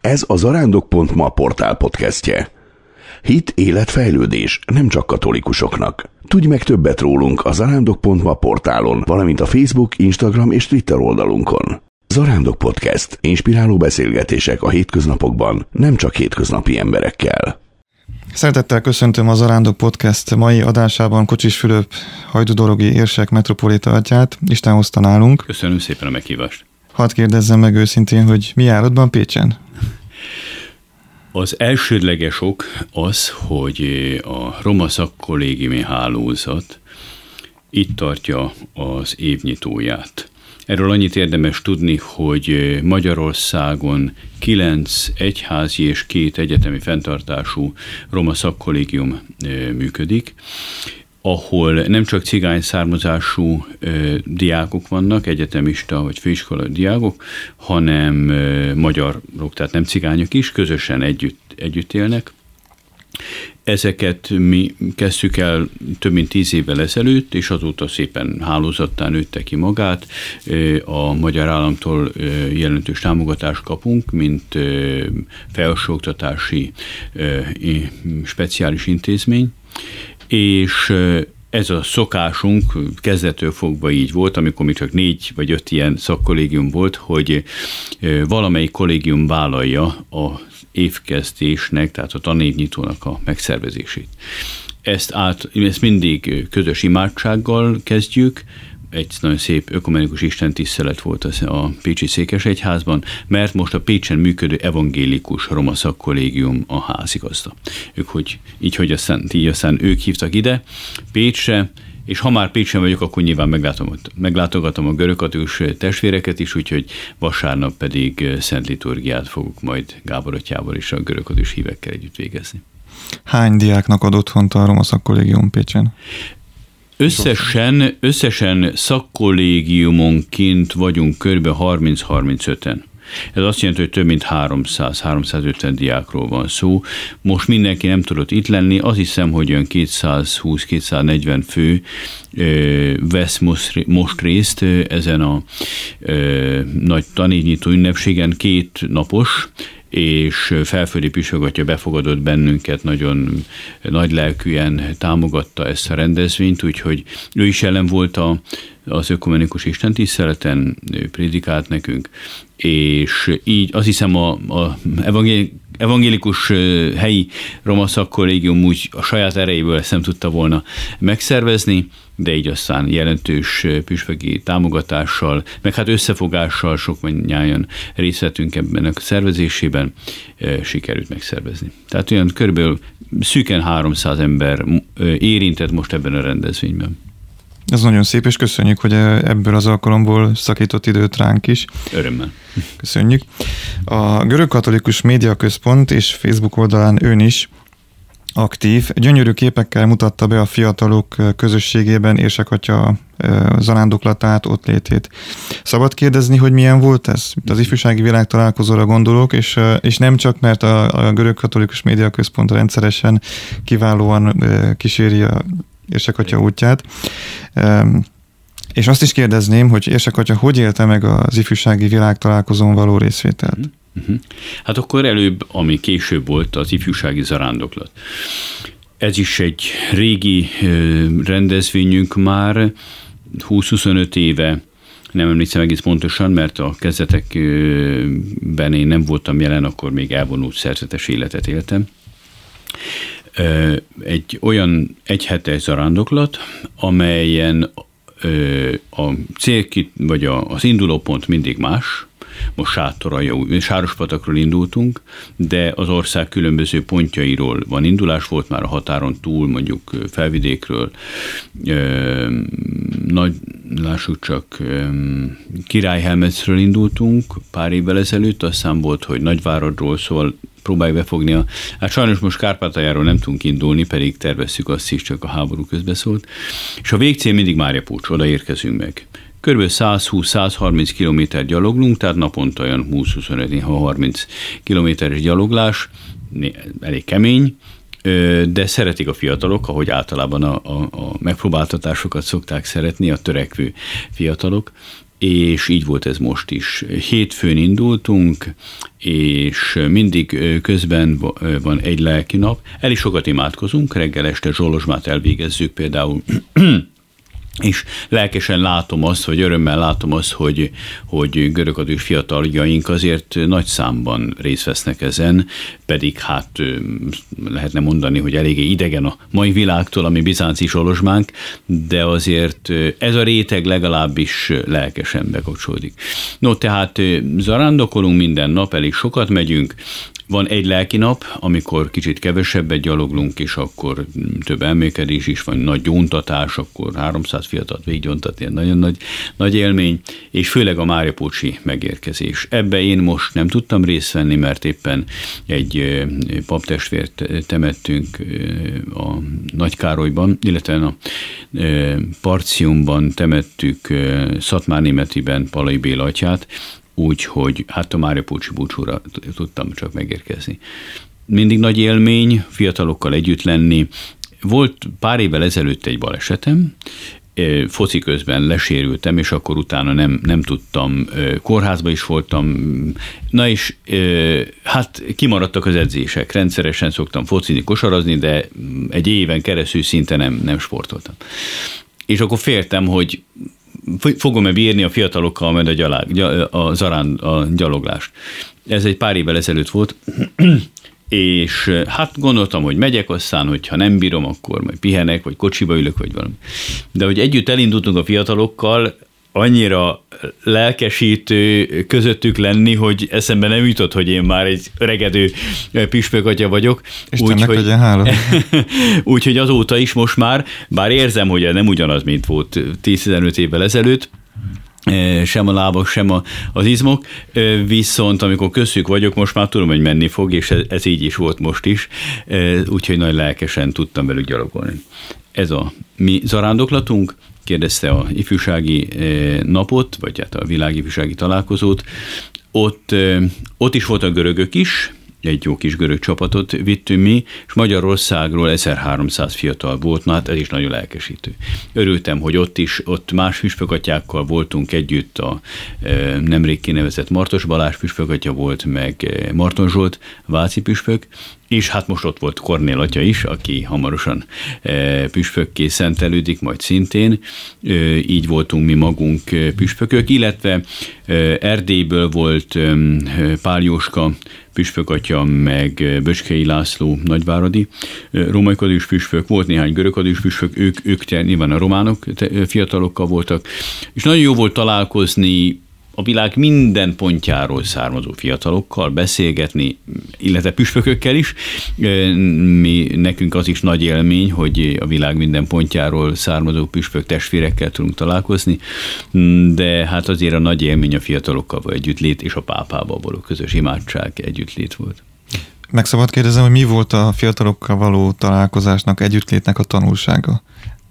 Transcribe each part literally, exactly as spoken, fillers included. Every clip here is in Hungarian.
Ez a zarándok pont ma portál podcastje. Hit, élet, fejlődés nem csak katolikusoknak. Tudj meg többet rólunk a zarándok pont ma portálon, valamint a Facebook, Instagram és Twitter oldalunkon. Zarándok Podcast. Inspiráló beszélgetések a hétköznapokban, nem csak hétköznapi emberekkel. Szeretettel köszöntöm a Zarándok Podcast mai adásában Kocsis Fülöp hajdúdorogi érsek metropolita atyát. Isten hozta nálunk. Köszönöm szépen a meghívást. Hadd kérdezzem meg őszintén, hogy mi járatban Pécsen? Az elsődleges ok az, hogy a Roma Szakkollégiumi Hálózat itt tartja az évnyitóját. Erről annyit érdemes tudni, hogy Magyarországon kilenc egyházi és két egyetemi fenntartású Roma Szakkollégium működik, ahol nem csak cigány származású ö, diákok vannak, egyetemista vagy főiskola diákok, hanem ö, magyarok, tehát nem cigányok is, közösen együtt, együtt élnek. Ezeket mi kezdtük el több mint tíz évvel ezelőtt, és azóta szépen hálózattá nőtte ki magát. A magyar államtól jelentős támogatást kapunk, mint felsőoktatási speciális intézmény, és ez a szokásunk kezdettől fogva így volt, amikor még csak négy vagy öt ilyen szakkollégium volt, hogy valamelyik kollégium vállalja a évkezdésnek, tehát a tanévnyitónak a megszervezését. Ezt, át, ezt mindig közös imádsággal kezdjük, egy nagyon szép ökumenikus istentisztelet volt a Pécsi Székesegyházban, mert most a Pécsen működő evangélikus Roma Szakkollégium a házigazda. Ők, hogy így, hogy aztán, így aztán ők hívtak ide Pécsre, és ha már Pécsen vagyok, akkor nyilván meglátom, meglátogatom a görögkatolikus testvéreket is, úgyhogy vasárnap pedig szent liturgiát fogok majd Gábor atyával és a görögkatolikus hívekkel együtt végezni. Hány diáknak ad otthont a Roma Szakkollégium Pécsen? Összesen, összesen szakkollégiumonként vagyunk kb. harminc-harmincöten. Ez azt jelenti, hogy több mint háromszáz-háromszázötven diákról van szó. Most mindenki nem tudott itt lenni, azt hiszem, hogy olyan kétszázhúsz-kétszáznegyven fő ö, vesz most, most részt ö, ezen a ö, nagy tanévnyitó ünnepségen, két napos, és felföldi püspökatya befogadott bennünket, nagyon nagy lelkűen támogatta ezt a rendezvényt, úgyhogy ő is jelen volt a, az ökumenikus istentiszteleten, ő prédikált nekünk, és így azt hiszem a, a evangélikus helyi Roma Szakkollégium úgy a saját erejéből ezt nem tudta volna megszervezni, de így aztán jelentős püspöki támogatással, meg hát összefogással sok mindnyájan részt vettünk ebben a szervezésében, sikerült megszervezni. Tehát olyan körülbelül szűken háromszáz ember érintett most ebben a rendezvényben. Ez nagyon szép, és köszönjük, hogy ebből az alkalomból szakított időt ránk is. Örömmel. Köszönjük. A Görögkatolikus Média Központ és Facebook oldalán ön is aktív, gyönyörű képekkel mutatta be a fiatalok közösségében érsekatya zarándoklatát, ott létét. Szabad kérdezni, hogy milyen volt ez? Itt az ifjúsági világtalálkozóra gondolok, és, és nem csak, mert a, a Görögkatolikus Média Központ rendszeresen kiválóan kíséri a érsekatya útját. És azt is kérdezném, hogy érsekatya hogy élte meg az ifjúsági világtalálkozón való részvételt? Uh-huh. Hát akkor előbb, ami később volt, az ifjúsági zarándoklat. Ez is egy régi rendezvényünk már, húsz-huszonöt éve, nem emlékszem egész pontosan, mert a kezdetekben én nem voltam jelen, akkor még elvonult szerzetes életet éltem. Egy olyan egyhetes zarándoklat, amelyen a célkit, vagy az indulópont mindig más. Most Sátoralja, Sárospatakról indultunk, de az ország különböző pontjairól van indulás, volt már a határon túl, mondjuk Felvidékről, nagy, lássuk csak, Királyhelmecről indultunk pár évvel ezelőtt, aztán volt, hogy Nagyváradról, szóval próbáljuk befogni a... Hát sajnos most Kárpátaljáról nem tudunk indulni, pedig tervezzük azt is, csak a háború közbeszólt. És a végcél mindig Máriapucs, oda érkezünk meg. Körülbelül százhúsz-százharminc kilométer gyaloglunk, tehát naponta olyan húsz-huszonöt-harminc kilométeres gyaloglás, elég kemény, de szeretik a fiatalok, ahogy általában a, a, a megpróbáltatásokat szokták szeretni, a törekvő fiatalok, és így volt ez most is. Hétfőn indultunk, és mindig közben van egy lelki nap. El is sokat imádkozunk, reggel este zsolozsmát elvégezzük például, és lelkesen látom azt, vagy örömmel látom azt, hogy, hogy görögkatolikus fiataljaink azért nagy számban részt vesznek ezen, pedig hát lehetne mondani, hogy eléggé idegen a mai világtól, ami bizánci zsolozsmánk, de azért ez a réteg legalábbis lelkesen bekapcsolódik. No, tehát zarándokolunk minden nap, elég sokat megyünk. Van egy lelki nap, amikor kicsit kevesebbet gyaloglunk, és akkor több elmélkedés is van, nagy gyóntatás, akkor háromszáz fiatalt végiggyóntat, ilyen nagyon nagy, nagy élmény, és főleg a Máriapócsi megérkezés. Ebbe én most nem tudtam részt venni, mert éppen egy paptestvért temettünk a Nagykárolyban, illetve a Parciumban temettük Szatmárnémetiben Palay Béla atyát, úgyhogy hát a Máriapócsi búcsúra tudtam csak megérkezni. Mindig nagy élmény fiatalokkal együtt lenni. Volt pár évvel ezelőtt egy balesetem, foci közben lesérültem, és akkor utána nem, nem tudtam, kórházba is voltam, na és hát kimaradtak az edzések, rendszeresen szoktam focizni, kosarazni, de egy éven keresztül szinte nem, nem sportoltam. És akkor féltem, hogy fogom-e bírni a fiatalokkal majd a, gyalág, a zarán, a gyaloglást. Ez egy pár évvel ezelőtt volt, és hát gondoltam, hogy megyek, aztán, hogyha nem bírom, akkor majd pihenek, vagy kocsiba ülök, vagy valami. De hogy együtt elindultunk a fiatalokkal, annyira lelkesítő közöttük lenni, hogy eszembe nem jutott, hogy én már egy öregedő püspökatya vagyok. Istennek legyen hála. Úgyhogy azóta is most már, bár érzem, hogy ez nem ugyanaz, mint volt tíz-tizenöt évvel ezelőtt, sem a lábak, sem a, az izmok, viszont amikor köztük vagyok, most már tudom, hogy menni fog, és ez, ez így is volt most is, úgyhogy nagy lelkesen tudtam velük gyalogolni. Ez a mi zarándoklatunk, kérdezte a ifjúsági napot, vagy hát a világi ifjúsági találkozót. Ott, ott is voltak görögök is, egy jó kis görög csapatot vittünk mi, és Magyarországról ezerháromszáz fiatal volt, na hát ez is nagyon lelkesítő. Örültem, hogy ott is, ott más püspökatyákkal voltunk együtt, a nemrég kinevezett Martos Balázs püspökatya volt, meg Marton Zsolt váci püspök, és hát most ott volt Kornél atya is, aki hamarosan püspökké szentelődik, majd szintén. Így voltunk mi magunk püspökök, illetve Erdélyből volt Pál Jóska püspökatya, meg Böcskei László nagyváradi római katolikus püspök, volt néhány görög katolikus püspök, ők, ők nyilván a románok fiatalokkal voltak, és nagyon jó volt találkozni a világ minden pontjáról származó fiatalokkal, beszélgetni, illetve püspökökkel is. Mi, nekünk az is nagy élmény, hogy a világ minden pontjáról származó püspök testvérekkel tudunk találkozni, de hát azért a nagy élmény a fiatalokkal való együttlét és a pápával való közös imádság együttlét volt. Meg szabad kérdezem, hogy mi volt a fiatalokkal való találkozásnak, együttlétnek a tanulsága?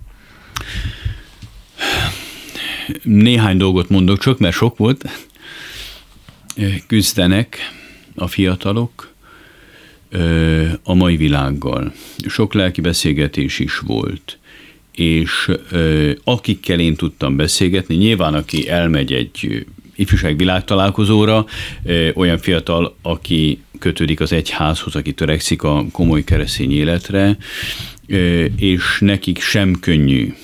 Néhány dolgot mondok csak, mert sok volt. Küzdenek a fiatalok a mai világgal. Sok lelki beszélgetés is volt, és akikkel én tudtam beszélgetni, nyilván aki elmegy egy ifjúság világtalálkozóra, olyan fiatal, aki kötődik az egyházhoz, aki törekszik a komoly keresztény életre, és nekik sem könnyű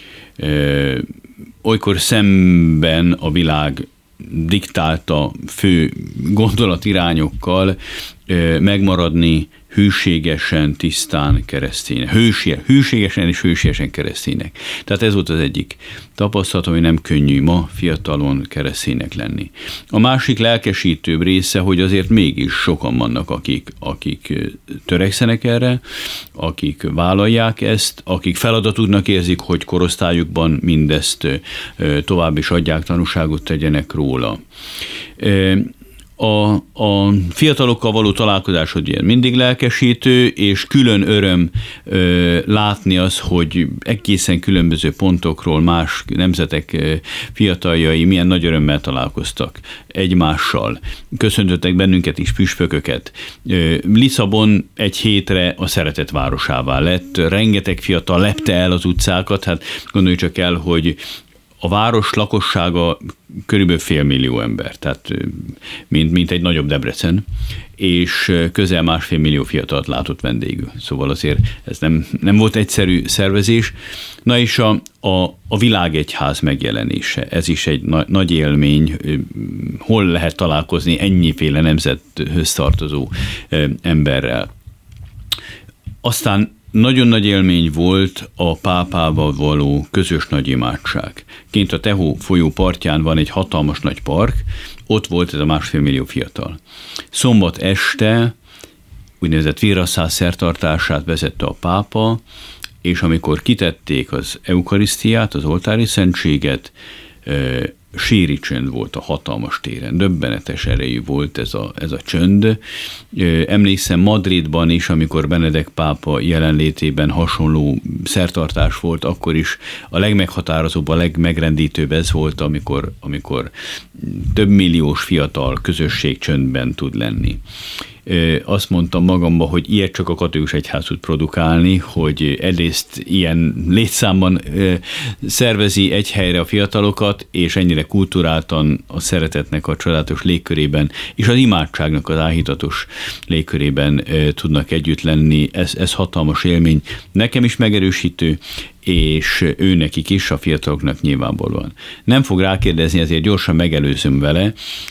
olykor szemben a világ diktálta fő gondolatirányokkal megmaradni hűségesen, tisztán kereszténynek. Hősie, hűségesen és hősiesen kereszténynek. Tehát ez volt az egyik tapasztalat, hogy nem könnyű ma fiatalon kereszténynek lenni. A másik lelkesítőbb része, hogy azért mégis sokan vannak, akik, akik törekszenek erre, akik vállalják ezt, akik feladatúnak érzik, hogy korosztályukban mindezt tovább is adják, tanúságot tegyenek róla. A, a fiatalokkal való találkozásod ilyen mindig lelkesítő, és külön öröm ö, látni az, hogy egészen különböző pontokról más nemzetek ö, fiataljai milyen nagy örömmel találkoztak egymással. Köszöntöttek bennünket is, püspököket. Ö, Lisszabon egy hétre a szeretet városává lett, rengeteg fiatal lepte el az utcákat, hát gondolj csak el, hogy a város lakossága körülbelül félmillió ember, tehát mint, mint egy nagyobb Debrecen, és közel másfél millió fiatalt látott vendégül. Szóval azért ez nem, nem volt egyszerű szervezés. Na és a, a, a világegyház megjelenése, ez is egy na, nagy élmény, hol lehet találkozni ennyiféle nemzethöz tartozó emberrel. Aztán nagyon nagy élmény volt a pápával való közös nagy imádság. Kint a Tehó folyó partján van egy hatalmas nagy park, ott volt ez a másfél millió fiatal. Szombat este úgynevezett virasszáz szertartását vezette a pápa, és amikor kitették az eukarisztiát, az oltári szentséget, síri csönd volt a hatalmas téren, döbbenetes erejű volt ez a, ez a csönd. Emlékszem Madridban is, amikor Benedek pápa jelenlétében hasonló szertartás volt, akkor is a legmeghatározóbb, a legmegrendítőbb ez volt, amikor, amikor több milliós fiatal közösség csöndben tud lenni. Azt mondtam magamban, hogy ilyet csak a katolikus egyház tud produkálni, hogy egyrészt ilyen létszámban szervezi egy helyre a fiatalokat, és ennyire kulturáltan a szeretetnek a csodálatos légkörében, és az imádságnak az áhítatos légkörében tudnak együtt lenni. Ez, ez hatalmas élmény. Nekem is megerősítő, és ő nekik is, a fiataloknak nyilvánvalóan. Nem fog rákérdezni, ezért gyorsan megelőzöm vele.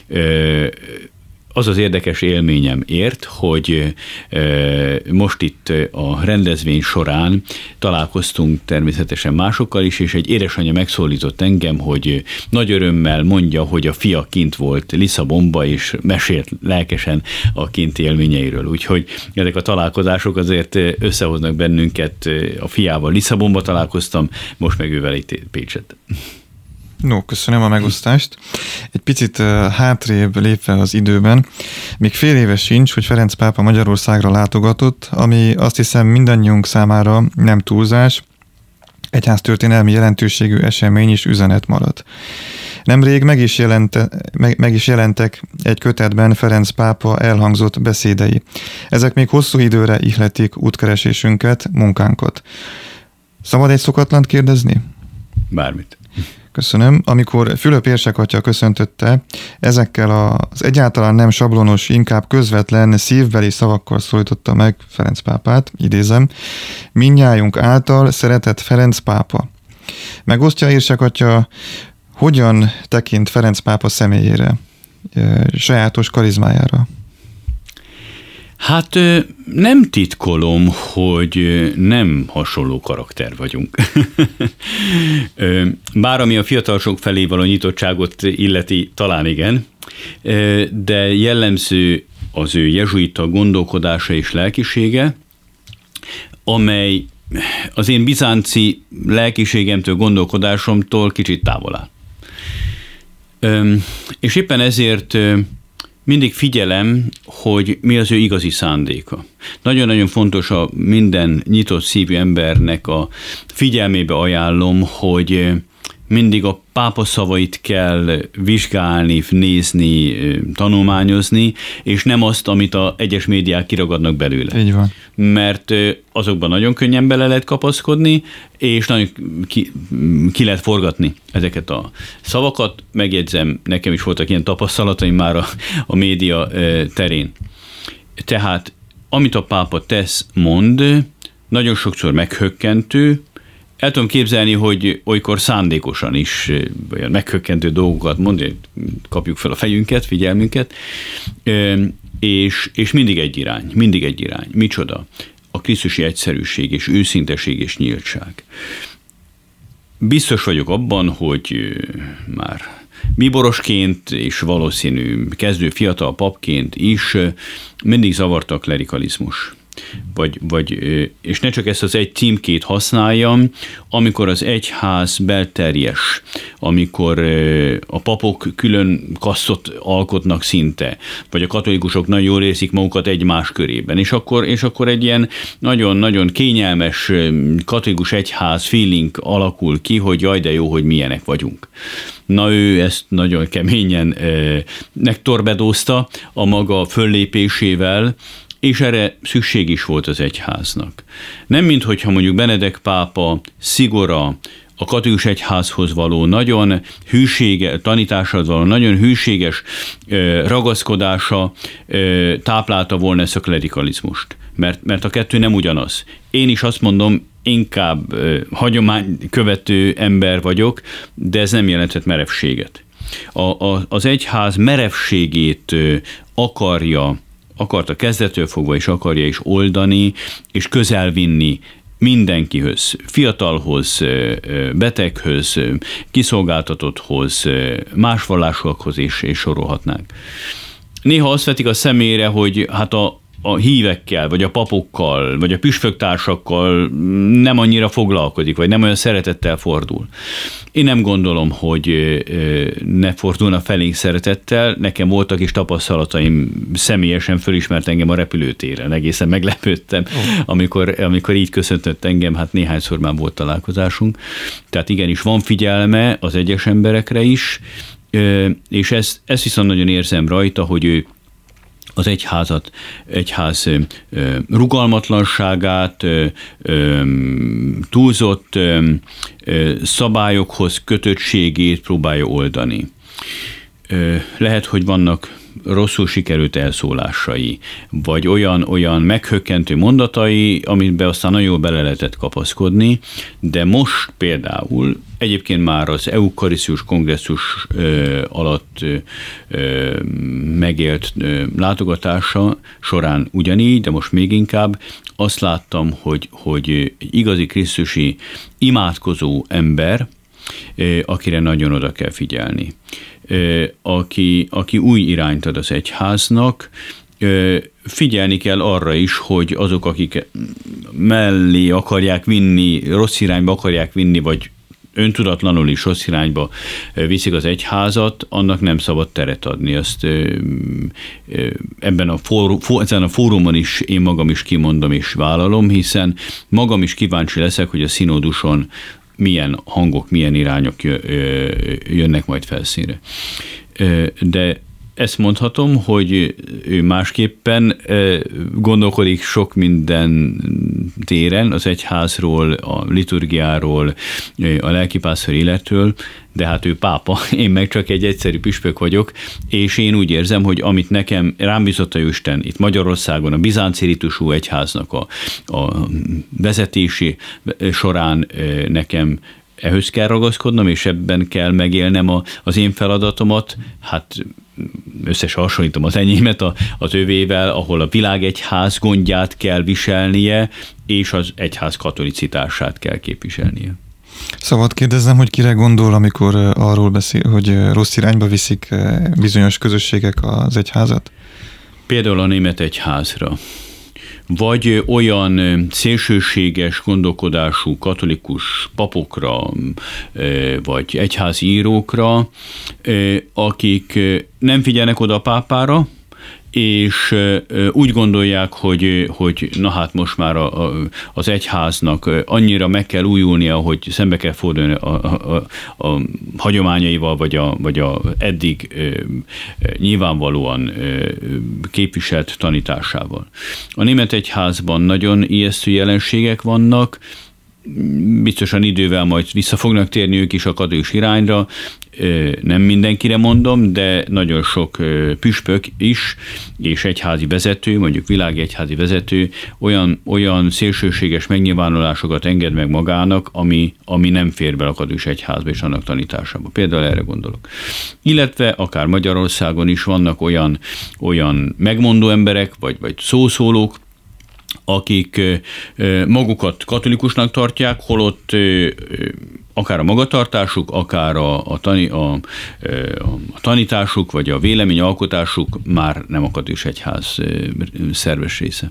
Az az érdekes élményem ért, hogy most itt a rendezvény során találkoztunk természetesen másokkal is, és egy édesanyja megszólított engem, hogy nagy örömmel mondja, hogy a fia kint volt Lisszabonba, és mesélt lelkesen a kinti élményeiről. Úgyhogy ezek a találkozások azért összehoznak bennünket. A fiával Lisszabonba találkoztam, most meg ővel itt Pécset. No, köszönöm a megosztást. Egy picit uh, hátrébb lépve az időben, még fél éves sincs, hogy Ferenc pápa Magyarországra látogatott, ami azt hiszem mindannyiunk számára nem túlzás, egyháztörténelmi jelentőségű esemény és üzenet maradt. Nemrég meg is, jelente, meg, meg is jelentek egy kötetben Ferenc pápa elhangzott beszédei. Ezek még hosszú időre ihletik útkeresésünket, munkánkat. Szabad egy szokatlant kérdezni? Bármit. Köszönöm. Amikor Fülöp érsek atya köszöntötte, ezekkel az egyáltalán nem sablonos, inkább közvetlen, szívbeli szavakkal szólította meg Ferenc pápát, idézem, mindnyájunk által szeretett Ferenc pápa. Megosztja érsek atya, hogyan tekint Ferenc pápa személyére, sajátos karizmájára? Hát nem titkolom, hogy nem hasonló karakter vagyunk. Bár ami a fiatalsok felé való nyitottságot illeti, talán igen, de jellemző az ő jezsuita gondolkodása és lelkisége, amely az én bizánci lelkiségemtől, gondolkodásomtól kicsit távol áll. És éppen ezért mindig figyelem, hogy mi az ő igazi szándéka. Nagyon-nagyon fontos a minden nyitott szívű embernek a figyelmébe ajánlom, hogy mindig a pápa szavait kell vizsgálni, nézni, tanulmányozni, és nem azt, amit a egyes médiák kiragadnak belőle. Így van. Mert azokban nagyon könnyen bele lehet kapaszkodni, és nagyon ki, ki lehet forgatni ezeket a szavakat. Megjegyzem, nekem is voltak ilyen tapasztalataim már a, a média terén. Tehát, amit a pápa tesz, mond, nagyon sokszor meghökkentő. El tudom képzelni, hogy olykor szándékosan is olyan meghökkentő dolgokat mond, kapjuk fel a fejünket, figyelmünket, és, és mindig egy irány, mindig egy irány. Micsoda? A krisztusi egyszerűség és őszinteség és nyíltság. Biztos vagyok abban, hogy már bíborosként és valószínű kezdő fiatal papként is mindig zavarta a klerikalizmus. Vagy, vagy, és ne csak ezt az egy címkét használjam, amikor az egyház belterjes, amikor a papok külön kasztot alkotnak szinte, vagy a katolikusok nagyon jól érzik magukat egymás körében, és akkor, és akkor egy ilyen nagyon-nagyon kényelmes katolikus egyház feeling alakul ki, hogy jaj, de jó, hogy milyenek vagyunk. Na ő ezt nagyon keményen megtorbedózta a maga föllépésével, és erre szükség is volt az egyháznak. Nem minthogyha mondjuk Benedek pápa szigora a katolikus egyházhoz való nagyon hűséges, tanításhoz való nagyon hűséges ragaszkodása táplálta volna ezt a klerikalizmust. Mert, mert a kettő nem ugyanaz. Én is azt mondom, inkább hagyománykövető ember vagyok, de ez nem jelentett merevséget. A, a, az egyház merevségét akarja, akarta kezdettől fogva, és akarja is oldani, és közel vinni mindenkihöz, fiatalhoz, beteghöz, kiszolgáltatotthoz, más vallásokhoz, és, és sorolhatnánk. Néha azt vetik a szemére, hogy hát a a hívekkel, vagy a papokkal, vagy a püspöktársakkal nem annyira foglalkozik, vagy nem olyan szeretettel fordul. Én nem gondolom, hogy ne fordulna felénk szeretettel. Nekem voltak is tapasztalataim, személyesen fölismert engem a repülőtéren. Egészen meglepődtem, oh. amikor, amikor így köszöntött engem, hát néhányszor már volt találkozásunk. Tehát igenis van figyelme az egyes emberekre is, és ezt, ezt viszont nagyon érzem rajta, hogy ő az egyházat, egyház rugalmatlanságát, túlzott szabályokhoz kötöttségét próbálja oldani. Lehet, hogy vannak rosszul sikerült elszólásai, vagy olyan, olyan meghökkentő mondatai, amiben aztán nagyon jól bele lehetett kapaszkodni, de most például egyébként már az eukarisztikus kongresszus ö, alatt ö, ö, megélt ö, látogatása során ugyanígy, de most még inkább azt láttam, hogy, hogy igazi krisztusi imádkozó ember, ö, akire nagyon oda kell figyelni. Aki, aki új irányt ad az egyháznak, figyelni kell arra is, hogy azok, akik mellé akarják vinni, rossz irányba akarják vinni, vagy öntudatlanul is rossz irányba viszik az egyházat, annak nem szabad teret adni. Ezt ebben a, fórum, ezen a fórumon is én magam is kimondom és vállalom, hiszen magam is kíváncsi leszek, hogy a színóduson milyen hangok, milyen irányok jönnek majd felszínre. De ezt mondhatom, hogy ő másképpen gondolkodik sok minden téren, az egyházról, a liturgiáról, a lelkipásztor életről, de hát ő pápa, én meg csak egy egyszerű püspök vagyok, és én úgy érzem, hogy amit nekem rám bízott a Isten itt Magyarországon, a bizánci ritusú egyháznak a, a vezetési során nekem ehhez kell ragaszkodnom, és ebben kell megélnem a, az én feladatomat, hát összes hasonlítom az enyémet az övével, ahol a világegyház gondját kell viselnie, és az egyház katolicitását kell képviselnie. Szabad kérdeznem, hogy kire gondol, amikor arról beszél, hogy rossz irányba viszik bizonyos közösségek az egyházat? Például a német egyházra. Vagy olyan szélsőséges gondolkodású katolikus papokra, vagy egyházi írókra, akik nem figyelnek oda a pápára, és úgy gondolják, hogy, hogy na hát most már a, a, az egyháznak annyira meg kell újulnia, hogy szembe kell fordulni a, a, a, a hagyományaival, vagy a, vagy a eddig e, nyilvánvalóan e, képviselt tanításával. A német egyházban nagyon ijesztő jelenségek vannak, biztosan idővel majd vissza fognak térni ők is a katolikus irányra, nem mindenkire mondom, de nagyon sok püspök is, és egyházi vezető, mondjuk világegyházi vezető olyan, olyan szélsőséges megnyilvánulásokat enged meg magának, ami, ami nem fér be a katolikus egyházba és annak tanításába. Például erre gondolok. Illetve akár Magyarországon is vannak olyan, olyan megmondó emberek, vagy, vagy szószólók, akik magukat katolikusnak tartják, holott akár a magatartásuk, akár a, a, tani, a, a tanításuk, vagy a véleményalkotásuk már nem a katolikus egyház szerves része.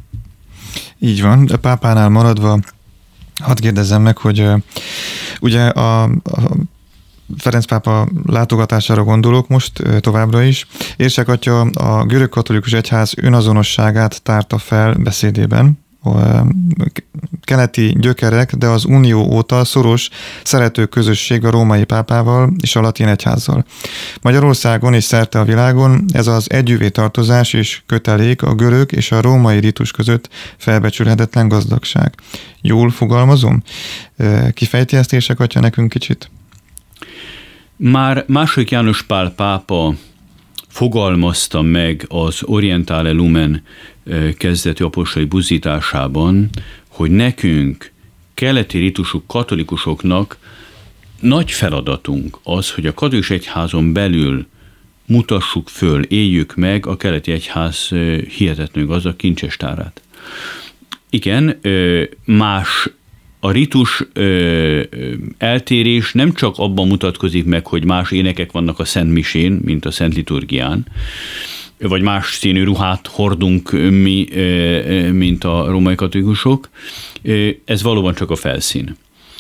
Így van, de pápánál maradva, hadd kérdezzem meg, hogy ugye a, a Ferenc pápa látogatására gondolok most továbbra is. Érsek atya a görög katolikus egyház önazonosságát tárta fel beszédében, keleti gyökerek, de az unió óta szoros szerető közösség a római pápával és a latin egyházzal. Magyarországon és szerte a világon ez az együvé tartozás és kötelék a görög és a római ritus között felbecsülhetetlen gazdagság. Jól fogalmazom? Kifejti ezt Érsekatya nekünk kicsit? Már második János Pál pápa fogalmazta meg az Orientale Lumen kezdeti apostoli buzdításában, hogy nekünk, keleti ritusú katolikusoknak nagy feladatunk az, hogy a katolikus egyházon belül mutassuk föl, éljük meg a keleti egyház hihetetlenül gazdag kincsestárát. Igen, más a ritus eltérés nem csak abban mutatkozik meg, hogy más énekek vannak a Szent Misén, mint a Szent Liturgián, vagy más színű ruhát hordunk mi, mint a római katolikusok. Ez valóban csak a felszín.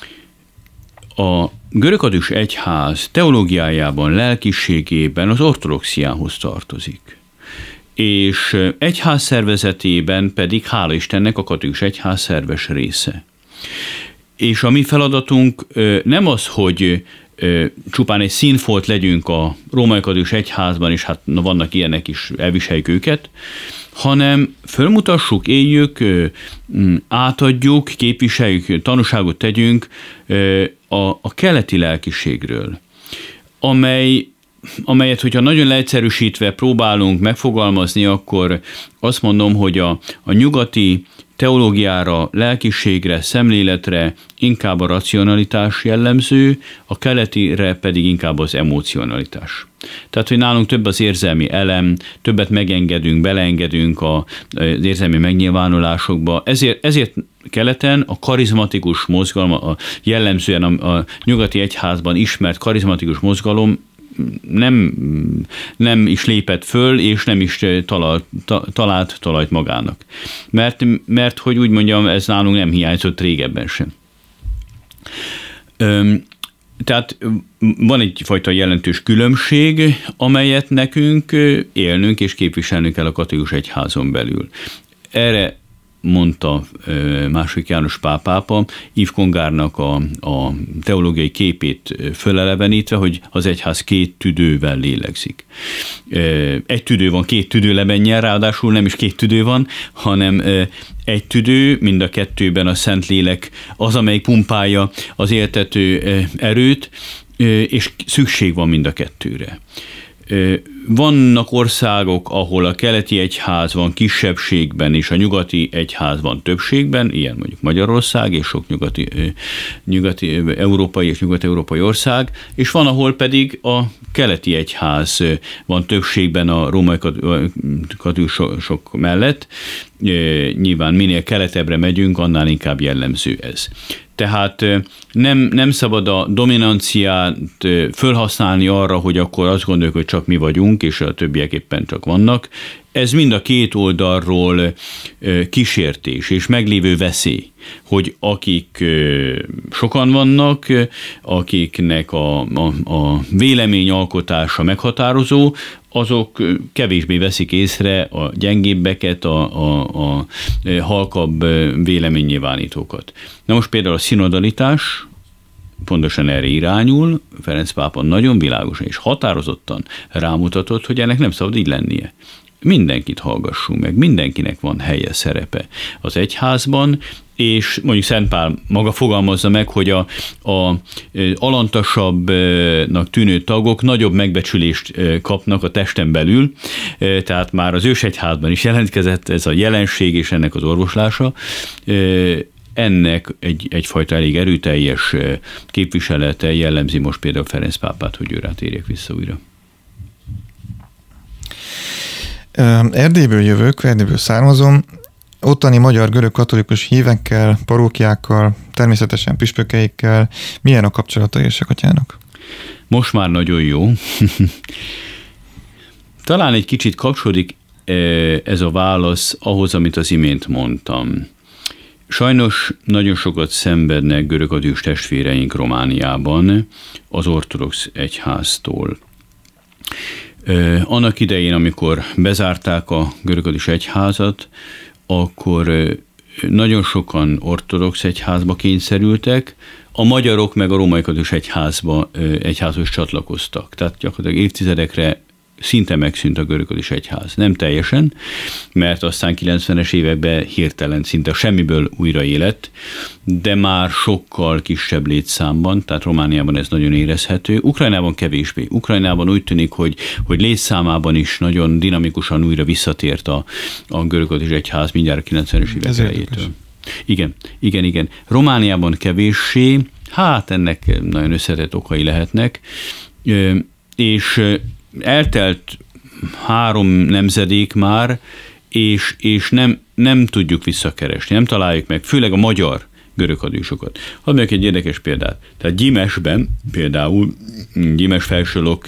A görög-katolikus egyház teológiájában, lelkiségében az ortodoxiához tartozik. És egyház szervezetében pedig, hála Istennek, a katolikus egyház szerves része. És a mi feladatunk nem az, hogy csupán egy színfolt legyünk a római katolikus egyházban, és hát na, vannak ilyenek is, elviseljük őket, hanem fölmutassuk, éljük, átadjuk, képviseljük, tanúságot tegyünk a, a keleti lelkiségről, amely, amelyet, hogyha nagyon leegyszerűsítve próbálunk megfogalmazni, akkor azt mondom, hogy a, a nyugati teológiára, lelkiségre, szemléletre inkább a racionalitás jellemző, a keletire pedig inkább az emocionalitás. Tehát, hogy nálunk több az érzelmi elem, többet megengedünk, beleengedünk az érzelmi megnyilvánulásokba. Ezért, ezért keleten a karizmatikus mozgalom, a jellemzően a, a nyugati egyházban ismert karizmatikus mozgalom nem, nem is lépett föl, és nem is talalt, talált talajt magának. Mert, mert, hogy úgy mondjam, ez nálunk nem hiányzott régebben sem. Tehát van egyfajta jelentős különbség, amelyet nekünk élnünk és képviselnünk kell a katolikus egyházon belül. Erre mondta második János Pál pápa Yves Congarnak a, a teológiai képét fölelevenítve, hogy az egyház két tüdővel lélegzik. Egy tüdő van, két tüdő lebennyel, ráadásul nem is két tüdő van, hanem egy tüdő, mind a kettőben a Szentlélek az, amely pumpálja az éltető erőt, és szükség van mind a kettőre. Vannak országok, ahol a keleti egyház van kisebbségben, és a nyugati egyház van többségben, ilyen mondjuk Magyarország, és sok nyugati, nyugati európai és nyugat-európai ország, és van, ahol pedig a keleti egyház van többségben a római katolikusok mellett. Nyilván minél keletebbre megyünk, annál inkább jellemző ez. Tehát nem, nem szabad a dominanciát fölhasználni arra, hogy akkor azt gondoljuk, hogy csak mi vagyunk, és a többiek éppen csak vannak. Ez mind a két oldalról kísértés és meglévő veszély, hogy akik sokan vannak, akiknek a, a, a véleményalkotása meghatározó, azok kevésbé veszik észre a gyengébbeket, a, a, a halkabb véleménynyilvánítókat. Na most például a szinodalitás pontosan erre irányul, Ferenc pápa nagyon világosan és határozottan rámutatott, hogy ennek nem szabad így lennie. Mindenkit hallgassunk meg, mindenkinek van helye, szerepe az egyházban, és mondjuk Szent Pál maga fogalmazza meg, hogy a, a alantasabbnak tűnő tagok nagyobb megbecsülést kapnak a testen belül, tehát már az ősegyházban is jelentkezett ez a jelenség és ennek az orvoslása. Ennek egy, egyfajta elég erőteljes képviselete jellemzi most például Ferenc pápát, hogy ő rá térjek vissza újra. Erdélyből jövök, Erdélyből származom. Ottani magyar görög katolikus hívekkel, parókiákkal, természetesen püspökeikkel milyen a kapcsolata Érsekatyának? Most már nagyon jó. Talán egy kicsit kapcsolódik ez a válasz ahhoz, amit az imént mondtam. Sajnos nagyon sokat szenvednek görög-katolikus testvéreink Romániában az ortodox egyháztól. Annak idején, amikor bezárták a görög-katolikus egyházat, akkor nagyon sokan ortodox egyházba kényszerültek, a magyarok meg a római katolikus egyházba, egyházhoz csatlakoztak. Tehát gyakorlatilag évtizedekre szinte megszűnt a görögkatolikus egyház. Nem teljesen, mert aztán kilencvenes években hirtelen szinte semmiből újraélet, de már sokkal kisebb létszámban, tehát Romániában ez nagyon érezhető. Ukrajnában kevésbé. Ukrajnában úgy tűnik, hogy, hogy létszámában is nagyon dinamikusan újra visszatért a, a görögkatolikus egyház mindjárt a kilencvenes évek elejétől. Igen, igen, igen. Romániában kevéssé, hát ennek nagyon összetett okai lehetnek, és eltelt három nemzedék már, és, és nem, nem tudjuk visszakeresni, nem találjuk meg, főleg a magyar görögkatolikusokat. Hadd mondjak egy érdekes példát. Tehát Gyimesben például, Gyimes Felsőlok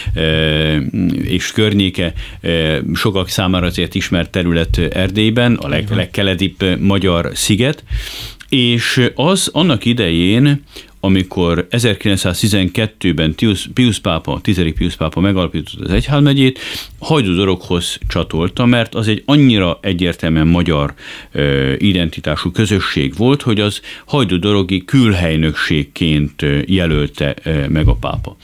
és környéke sokak számára azért ismert terület Erdélyben, a leg, legkeletibb magyar sziget, és az annak idején, amikor ezerkilencszáztizenkettőben Piusz pápa, tizedik Piusz pápa megalapította az egyházmegyét, Hajdú-Doroghoz csatolta, mert az egy annyira egyértelműen magyar ö, identitású közösség volt, hogy az hajdú-dorogi külhelynökségként jelölte ö, meg a pápa.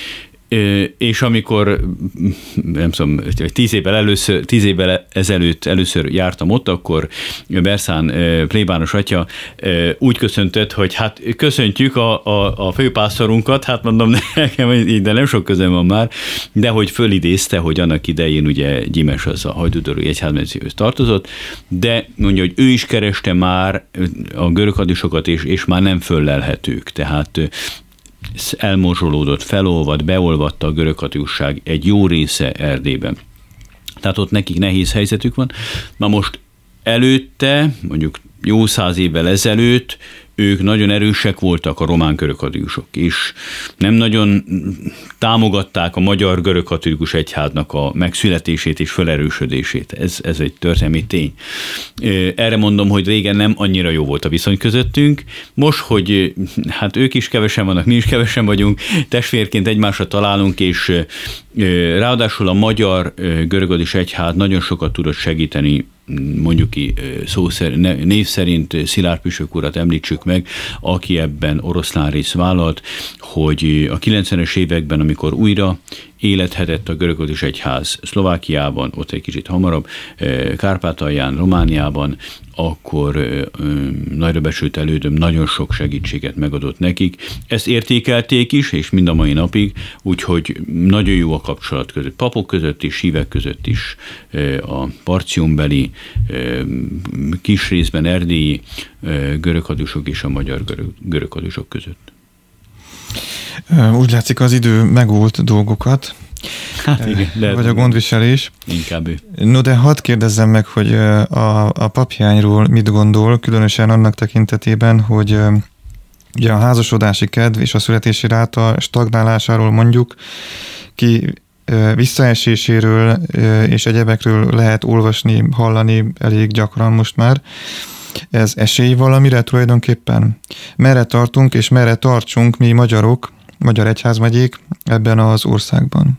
És amikor, nem tudom, tíz évvel, először, tíz évvel ezelőtt először jártam ott, akkor Berszán plébános atya úgy köszöntött, hogy hát köszöntjük a, a, a főpásztorunkat, hát mondom, nekem, de nem sok közöm van már, de hogy fölidézte, hogy annak idején ugye Gyimes az a hajdú-dorogi egyházmegyéhez tartozott, de mondja, hogy ő is kereste már a görögkatolikusokat, és, és már nem föllelhetők, tehát elmorzsolódott, felolvadt, beolvatta a görögkatolikusság egy jó része Erdélyben. Tehát ott nekik nehéz helyzetük van. Na most előtte, mondjuk jó száz évvel ezelőtt ők nagyon erősek voltak a román görögkatolikusok, és nem nagyon támogatták a magyar görögkatolikus egyháznak a megszületését és felerősödését. Ez, ez egy történelmi tény. Erre mondom, hogy régen nem annyira jó volt a viszony közöttünk. Most, hogy hát ők is kevesen vannak, mi is kevesen vagyunk, testvérként egymásra találunk, és ráadásul a magyar görögkatolikus egyház nagyon sokat tudott segíteni, mondjuk ki szó szerint, név szerint Szilárd püspök urat említsük meg, aki ebben oroszlán részt vállalt, hogy a kilencvenes években, amikor újra élethetett a görögkatolikus egyház Szlovákiában, ott egy kicsit hamarabb, Kárpátalján, Romániában, akkor nagyra becsült elődöm nagyon sok segítséget megadott nekik. Ezt értékelték is, és mind a mai napig, úgyhogy nagyon jó a kapcsolat között, papok között és hívek között is, a parciónbeli, kis részben erdélyi görögkatolikusok és a magyar görögkatolikusok között. Úgy látszik, az idő megúlt dolgokat. Hát igen, de vagy a gondviselés. Inkább ő. No, de hadd kérdezzem meg, hogy a, a paphiányról mit gondol, különösen annak tekintetében, hogy ugye a házasodási kedv és a születési ráta stagnálásáról mondjuk, ki visszaeséséről és egyebekről lehet olvasni, hallani elég gyakran most már. Ez esély valamire tulajdonképpen? Merre tartunk és merre tartsunk mi magyarok, magyar egyházmegyék ebben az országban?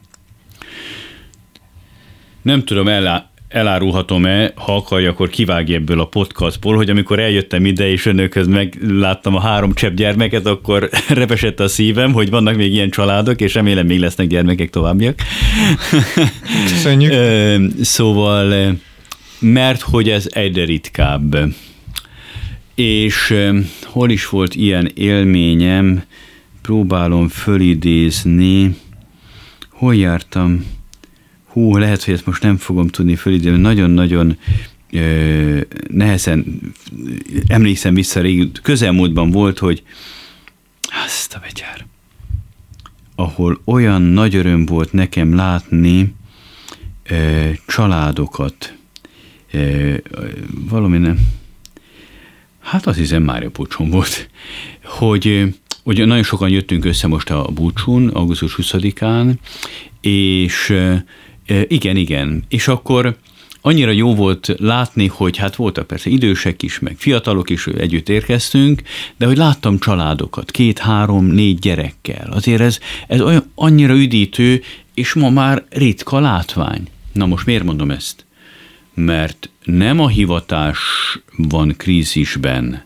Nem tudom, elá, elárulhatom-e, ha akarja, akkor kivágj ebből a podcastból, hogy amikor eljöttem ide, és önökhöz megláttam a három csepp gyermeket, akkor repesett a szívem, hogy vannak még ilyen családok, és remélem még lesznek gyermekek továbbiak. Köszönjük. Szóval, mert hogy ez egyre ritkább. És hol is volt ilyen élményem, próbálom fölidézni, hol jártam, hú, lehet, hogy ezt most nem fogom tudni fölidézni, nagyon-nagyon ö, nehezen emlékszem vissza, régi, közelmúltban volt, hogy azt a betyár, ahol olyan nagy öröm volt nekem látni ö, családokat, ö, valami nem, hát azt hiszem Mária Búcsún volt, hogy ugye nagyon sokan jöttünk össze most a Búcsún, augusztus huszadikán, és igen, igen, és akkor annyira jó volt látni, hogy hát voltak persze idősek is, meg fiatalok is, együtt érkeztünk, de hogy láttam családokat, két, három, négy gyerekkel. Azért ez, ez olyan annyira üdítő, és ma már ritka látvány. Na most miért mondom ezt? mert nem a hivatás van krízisben,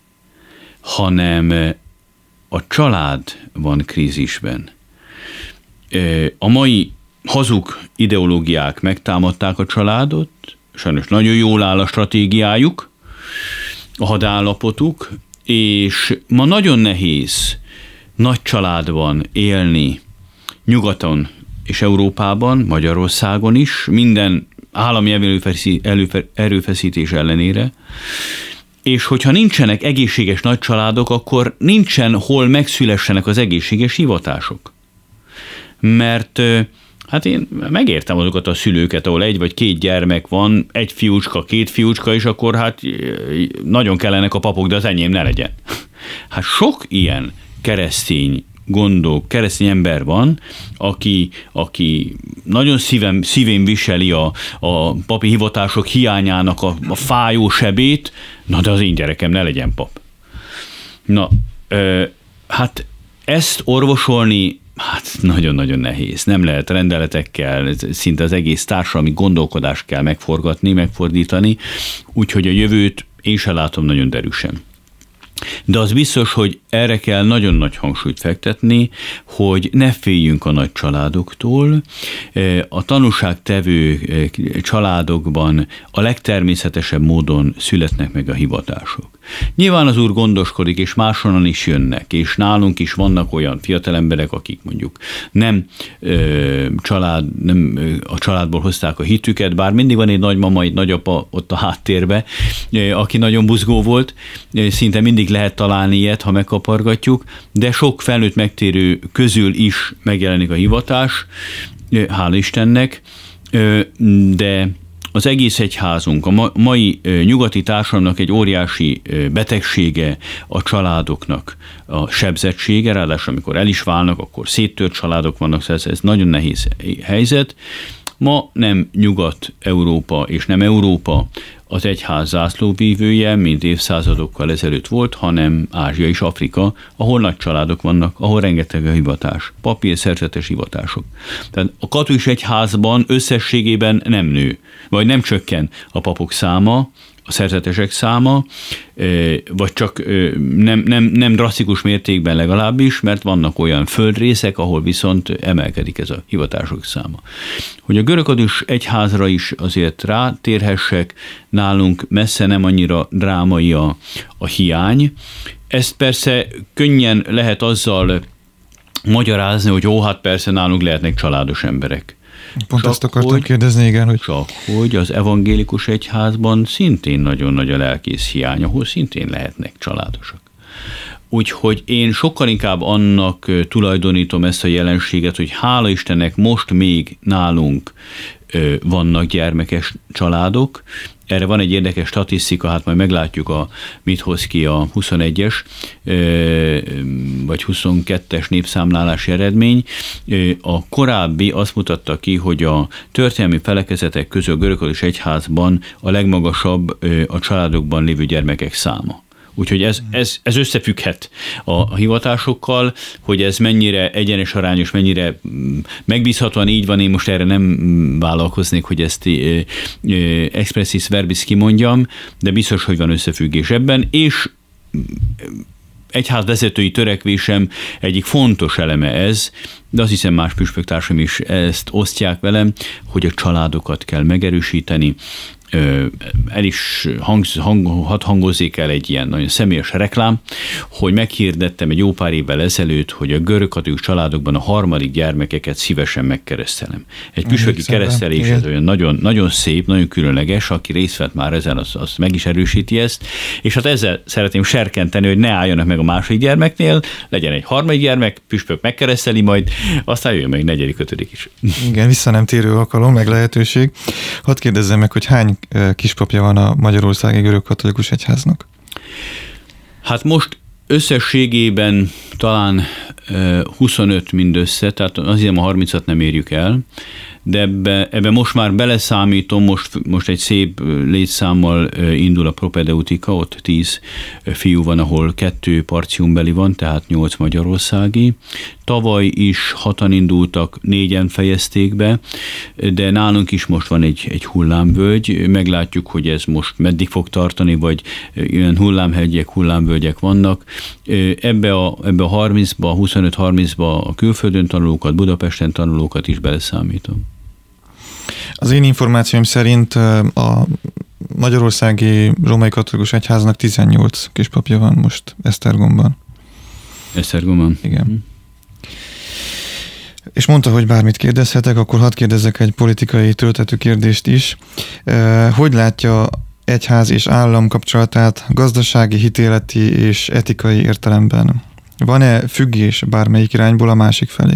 hanem a család van krízisben. A mai hazug ideológiák megtámadták a családot, sajnos nagyon jól áll a stratégiájuk, a hadállapotuk, és ma nagyon nehéz nagy családban élni nyugaton és Európában, Magyarországon is, minden állami erőfeszítés ellenére, és hogyha nincsenek egészséges nagy családok, akkor nincsen hol megszülessenek az egészséges hivatások. Mert hát én megértem azokat a szülőket, ahol egy vagy két gyermek van, egy fiúcska, két fiúcska, és akkor hát nagyon kellenek a papok, de az enyém ne legyen. Hát sok ilyen keresztény gondok, keresztény ember van, aki, aki nagyon szívem, szívén viseli a, a papi hivatások hiányának a, a fájó sebét, na de az én gyerekem ne legyen pap. Na, ö, hát ezt orvosolni hát nagyon-nagyon nehéz. Nem lehet rendeletekkel, szinte az egész társadalmi gondolkodást kell megforgatni, megfordítani, úgyhogy a jövőt én sem látom nagyon derűsen. De az biztos, hogy erre kell nagyon nagy hangsúlyt fektetni, hogy ne féljünk a nagy családoktól. A tanúságtevő családokban a legtermészetesebb módon születnek meg a hivatások. Nyilván az Úr gondoskodik, és máshonnan is jönnek, és nálunk is vannak olyan fiatalemberek, akik mondjuk nem, ö, család, nem ö, a családból hozták a hitüket, bár mindig van egy nagymama, egy nagyapa ott a háttérbe, ö, aki nagyon buzgó volt, ö, szinte mindig lehet találni ilyet, ha megkapargatjuk, de sok felnőtt megtérő közül is megjelenik a hivatás, ö, hála Istennek, ö, de az egész egyházunk, a mai nyugati társadalomnak egy óriási betegsége a családoknak a sebzettsége, ráadásul amikor el is válnak, akkor széttört családok vannak, ez, ez nagyon nehéz helyzet. Ma nem Nyugat-Európa és nem Európa az egyház zászlóvívője, mint évszázadokkal ezelőtt volt, hanem Ázsia és Afrika, ahol nagy családok vannak, ahol rengeteg a hivatás, papír szerzetes hivatások. Tehát a katolikus egyházban összességében nem nő, vagy nem csökken a papok száma, a szerzetesek száma, vagy csak nem, nem, nem drasztikus mértékben legalábbis, mert vannak olyan földrészek, ahol viszont emelkedik ez a hivatások száma. Hogy a görögkatolikus egyházra is azért rátérhessek, nálunk messze nem annyira drámai a, a hiány. Ezt persze könnyen lehet azzal magyarázni, hogy ó, hát persze nálunk lehetnek családos emberek. Pont csak ezt akartam hogy, kérdezni, igen, hogy... Csak hogy az evangélikus egyházban szintén nagyon nagy a lelkész hiány, ahol szintén lehetnek családosak. Úgyhogy én sokkal inkább annak tulajdonítom ezt a jelenséget, hogy hála Istennek most még nálunk vannak gyermekes családok. Erre van egy érdekes statisztika, hát majd meglátjuk, a, mit hoz ki a huszonegyes vagy huszonkettes népszámlálási eredmény. A korábbi azt mutatta ki, hogy a történelmi felekezetek közül a görögkatolikus egyházban a legmagasabb a családokban lévő gyermekek száma. Úgyhogy ez, ez, ez összefügghet a hivatásokkal, hogy ez mennyire egyenes arányos, mennyire megbízhatóan így van, én most erre nem vállalkoznék, hogy ezt expressis verbis kimondjam, de biztos, hogy van összefüggés ebben, és egyházvezetői törekvésem egyik fontos eleme ez, de azt hiszem más püspöktársam is ezt osztják velem, hogy a családokat kell megerősíteni. El is hang, hang, hadd hangozzék el egy ilyen nagyon személyes reklám, hogy meghirdettem egy jó pár évvel ezelőtt, hogy a görögkatolikus családokban a harmadik gyermekeket szívesen megkeresztelem. Egy püspöki keresztelés, ez olyan nagyon, nagyon szép, nagyon különleges, aki részt vett már ezen, az, az meg is erősíti ezt, és hát ezzel szeretném serkenteni, hogy ne álljanak meg a második gyermeknél, legyen egy harmadik gyermek, püspök megkereszteli majd, aztán jöjjön meg negyedik, ötödik is. Igen, vissza nem térő alkalom, meg lehetőség. Hadd kérdezzem meg, hogy hány kispapja van a Magyarországi Görögkatolikus Egyháznak? Hát most összességében talán huszonöt mindössze, tehát azt hiszem a harmincat nem érjük el, de ebbe, ebbe most már beleszámítom, most, most egy szép létszámmal indul a propedeutika, ott tíz fiú van, ahol kettő partiumbeli van, tehát nyolc magyarországi. Tavaly is hatan indultak, négyen fejezték be, de nálunk is most van egy, egy hullámvölgy. Meglátjuk, hogy ez most meddig fog tartani, vagy ilyen hullámhegyek, hullámvölgyek vannak. Ebbe a, ebbe a harmincba, huszonöt-harmincba a külföldön tanulókat, Budapesten tanulókat is beleszámítom. Az én információim szerint a Magyarországi Római Katolikus Egyháznak tizennyolc kispapja van most Esztergomban. Esztergomban? Igen. Hm. És mondta, hogy bármit kérdezhetek, akkor hadd kérdezzek egy politikai töltető kérdést is. Hogy látja egyház és állam kapcsolatát gazdasági, hitéleti és etikai értelemben? Van-e függés bármelyik irányból a másik felé?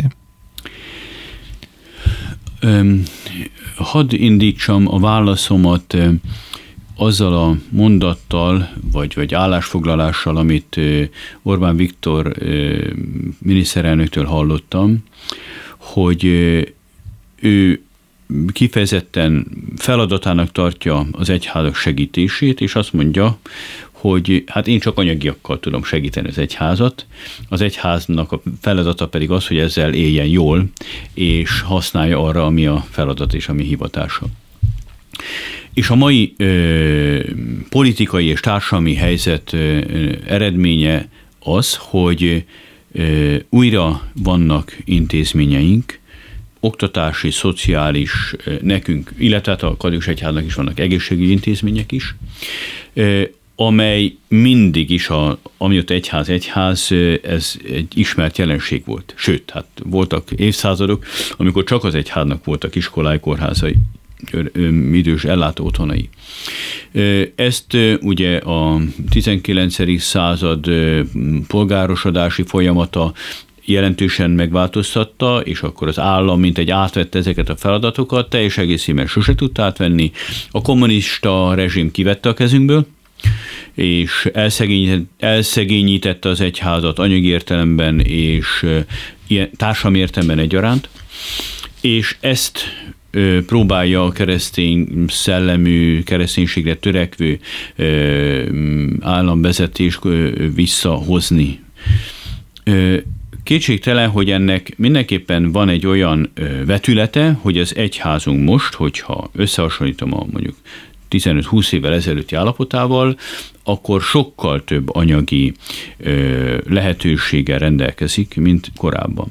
Um, hadd indítsam a válaszomat azzal a mondattal, vagy, vagy állásfoglalással, amit Orbán Viktor miniszterelnöktől hallottam, hogy ő kifejezetten feladatának tartja az egyházak segítését, és azt mondja, hogy hát én csak anyagiakkal tudom segíteni az egyházat, az egyháznak a feladata pedig az, hogy ezzel éljen jól, és használja arra, ami a feladat és ami hivatása. És a mai ö, politikai és társadalmi helyzet ö, eredménye az, hogy ö, újra vannak intézményeink, oktatási, szociális, ö, nekünk, illetve a katolikus egyháznak is vannak egészségügyi intézmények is, ö, amely mindig is, a, amióta egyház egyház, ez egy ismert jelenség volt. Sőt, hát voltak évszázadok, amikor csak az egyháznak voltak iskolái, kórházai, idős ellátó otthonai. Ezt ugye a tizenkilencedik század polgárosodási folyamata jelentősen megváltoztatta, és akkor az állam mint egy átvette ezeket a feladatokat, teljes egészében sose tudta átvenni. A kommunista rezsim kivette a kezünkből, és elszegényítette az egyházat anyagi értelemben és ilyen társadalmi értelemben egyaránt, és ezt próbálja a keresztény szellemű, kereszténységre törekvő államvezetés visszahozni. Kétségtelen, hogy ennek mindenképpen van egy olyan vetülete, hogy az egyházunk most, hogyha összehasonlítom a mondjuk tizenöt-húsz évvel ezelőtti állapotával, akkor sokkal több anyagi ö, lehetőséggel rendelkezik, mint korábban.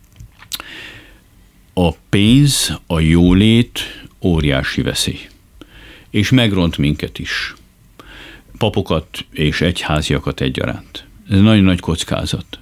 A pénz, a jólét óriási veszély, és megront minket is. Papokat és egyháziakat egyaránt. Ez nagyon nagy kockázat.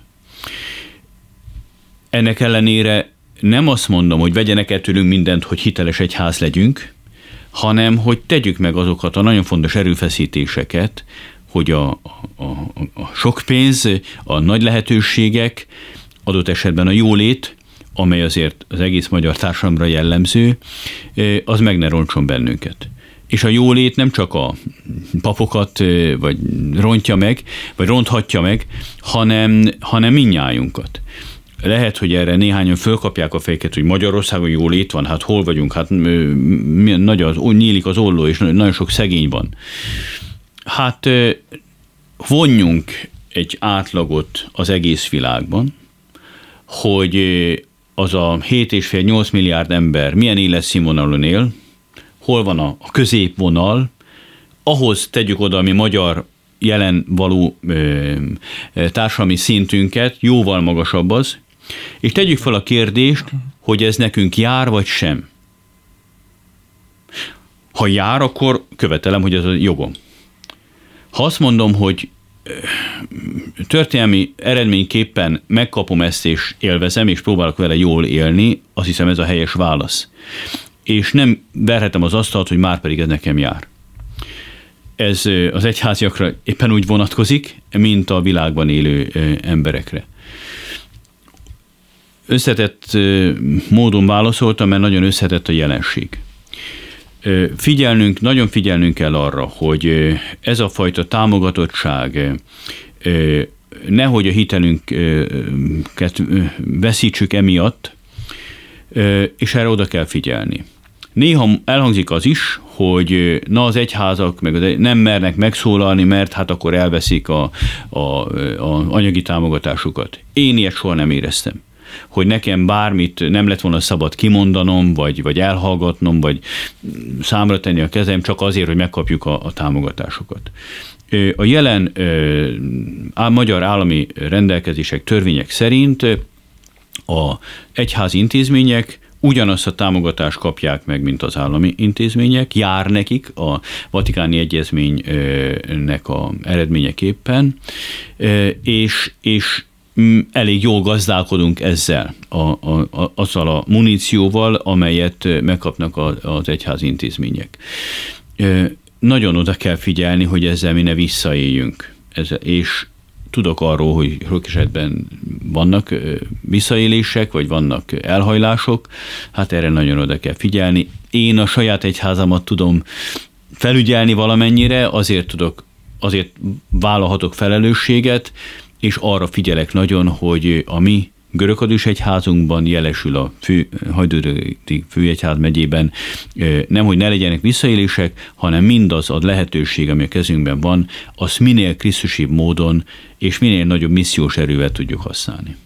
Ennek ellenére nem azt mondom, hogy vegyenek el tőlünk mindent, hogy hiteles egyház legyünk, hanem hogy tegyük meg azokat a nagyon fontos erőfeszítéseket, hogy a, a, a sok pénz, a nagy lehetőségek, adott esetben a jólét, amely azért az egész magyar társadalomra jellemző, az meg ne roncson bennünket. És a jólét nem csak a papokat vagy rontja meg, vagy ronthatja meg, hanem, hanem mindnyájunkat. Lehet, hogy erre néhányan fölkapják a fejeket, hogy Magyarországon jólét van, hát hol vagyunk, hát nagy az, nyílik az olló, és nagyon sok szegény van. Hát vonjunk egy átlagot az egész világban, hogy az a hét egész öt-nyolc milliárd ember milyen életszínvonalon él, hol van a középvonal, ahhoz tegyük oda, ami magyar jelen való ö, társadalmi szintünket, jóval magasabb az, és tegyük fel a kérdést, hogy ez nekünk jár, vagy sem. Ha jár, akkor követelem, hogy ez a jogom. Ha azt mondom, hogy történelmi eredményképpen megkapom ezt, és élvezem, és próbálok vele jól élni, azt hiszem ez a helyes válasz. És nem verhetem az asztalt, hogy már pedig ez nekem jár. Ez az egyháziakra éppen úgy vonatkozik, mint a világban élő emberekre. Összetett módon válaszoltam, mert nagyon összetett a jelenség. Figyelnünk, nagyon figyelnünk kell arra, hogy ez a fajta támogatottság nehogy a hitelünket veszítsük emiatt, és erre oda kell figyelni. Néha elhangzik az is, hogy na az egyházak meg az egy, nem mernek megszólalni, mert hát akkor elveszik a, a, a anyagi támogatásukat. Én ilyet soha nem éreztem. Hogy nekem bármit nem lett volna szabad kimondanom, vagy, vagy elhallgatnom, vagy számra tenni a kezem, csak azért, hogy megkapjuk a, a támogatásokat. A jelen a magyar állami rendelkezések, törvények szerint a egyházi intézmények ugyanazt a támogatást kapják meg, mint az állami intézmények, jár nekik a Vatikáni Egyezménynek a eredményeképpen, és, és elég jól gazdálkodunk ezzel, a, a, azzal a munícióval, amelyet megkapnak az egyházi intézmények. Nagyon oda kell figyelni, hogy ezzel mi ne visszaéljünk. Ezzel, és tudok arról, hogy sok esetben vannak visszaélések, vagy vannak elhajlások, hát erre nagyon oda kell figyelni. Én a saját egyházamat tudom felügyelni valamennyire, azért tudok, azért vállalhatok felelősséget, és arra figyelek nagyon, hogy a mi görögkatolikus egyházunkban, jelesül a fő, Hajdúri Főegyház megyében nem, hogy ne legyenek visszaélések, hanem mindaz a lehetőség, ami a kezünkben van, azt minél krisztusibb módon és minél nagyobb missziós erővel tudjuk használni.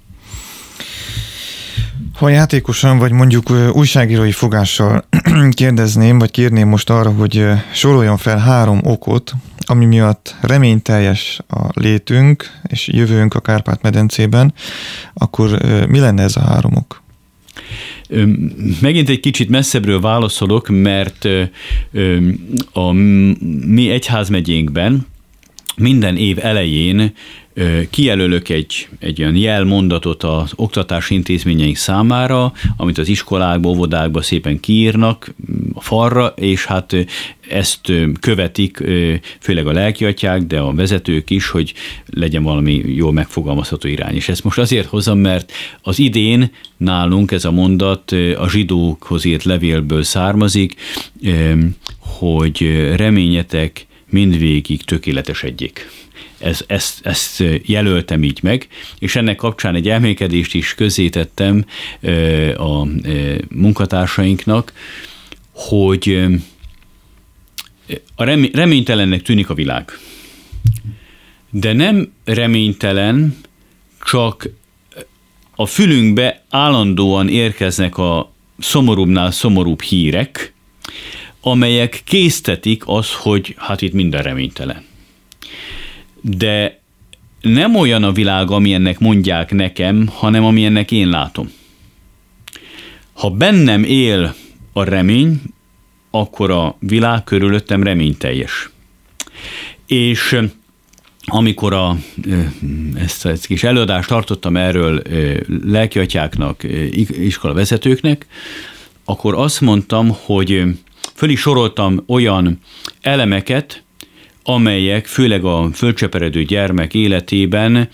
Ha játékosan, vagy mondjuk újságírói fogással kérdezném, vagy kérném most arra, hogy soroljon fel három okot, ami miatt reményteljes a létünk és jövőnk a Kárpát-medencében, akkor mi lenne ez a három ok? Megint egy kicsit messzebbről válaszolok, mert a mi egyházmegyénkben minden év elején kijelölök egy, egy olyan jelmondatot az oktatási intézményeink számára, amit az iskolákba, óvodákba szépen kiírnak a falra, és hát ezt követik főleg a lelkiatyák, de a vezetők is, hogy legyen valami jól megfogalmazható irány. És ezt most azért hozom, mert az idén nálunk ez a mondat a zsidókhoz írt levélből származik, hogy reményetek mindvégig tökéletesedjék. Ez, ezt, ezt jelöltem így meg, és ennek kapcsán egy elmélkedést is közzétettem a munkatársainknak, hogy a reménytelennek tűnik a világ. De nem reménytelen, csak a fülünkbe állandóan érkeznek a szomorúbbnál szomorúbb hírek, amelyek késztetik az, hogy hát itt minden reménytelen. De nem olyan a világ, amilyennek mondják nekem, hanem amilyennek én látom. Ha bennem él a remény, akkor a világ körülöttem reményteljes. És amikor a, ezt a kis előadást tartottam erről lelkiatyáknak, iskolavezetőknek, akkor azt mondtam, hogy föl is soroltam olyan elemeket, amelyek főleg a földcseperedő gyermek életében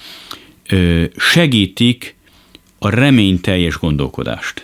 segítik a reményteljes gondolkodást.